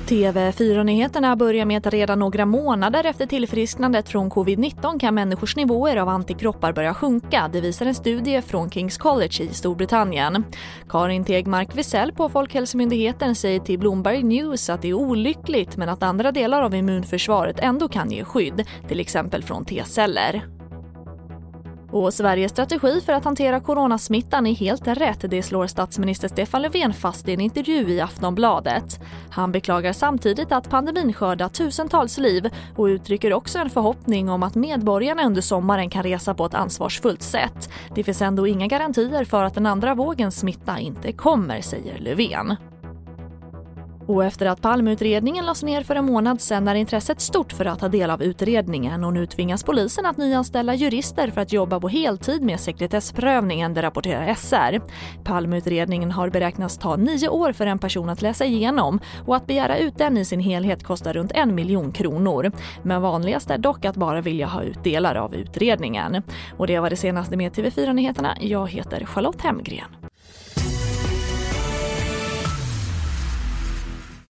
TV4-nyheterna börjar med att redan några månader efter tillfrisknandet från covid-19 kan människors nivåer av antikroppar börja sjunka. Det visar en studie från King's College i Storbritannien. Karin Tegmark-Wisell på Folkhälsomyndigheten säger till Bloomberg News att det är olyckligt men att andra delar av immunförsvaret ändå kan ge skydd, till exempel från T-celler. Och Sveriges strategi för att hantera coronasmittan är helt rätt, det slår statsminister Stefan Löfven fast i en intervju i Aftonbladet. Han beklagar samtidigt att pandemin skördar tusentals liv och uttrycker också en förhoppning om att medborgarna under sommaren kan resa på ett ansvarsfullt sätt. Det finns ändå inga garantier för att den andra vågens smitta inte kommer, säger Löfven. Och efter att Palmeutredningen lades ner för en månad sedan är intresset stort för att ta del av utredningen och nu tvingas polisen att nyanställa jurister för att jobba på heltid med sekretessprövningen, det rapporterar SR. Palmeutredningen har beräknats ta 9 år för en person att läsa igenom och att begära ut den i sin helhet kostar runt 1 miljon kronor. Men vanligast är dock att bara vilja ha ut delar av utredningen. Och det var det senaste med TV4-nyheterna. Jag heter Charlotte Hemgren.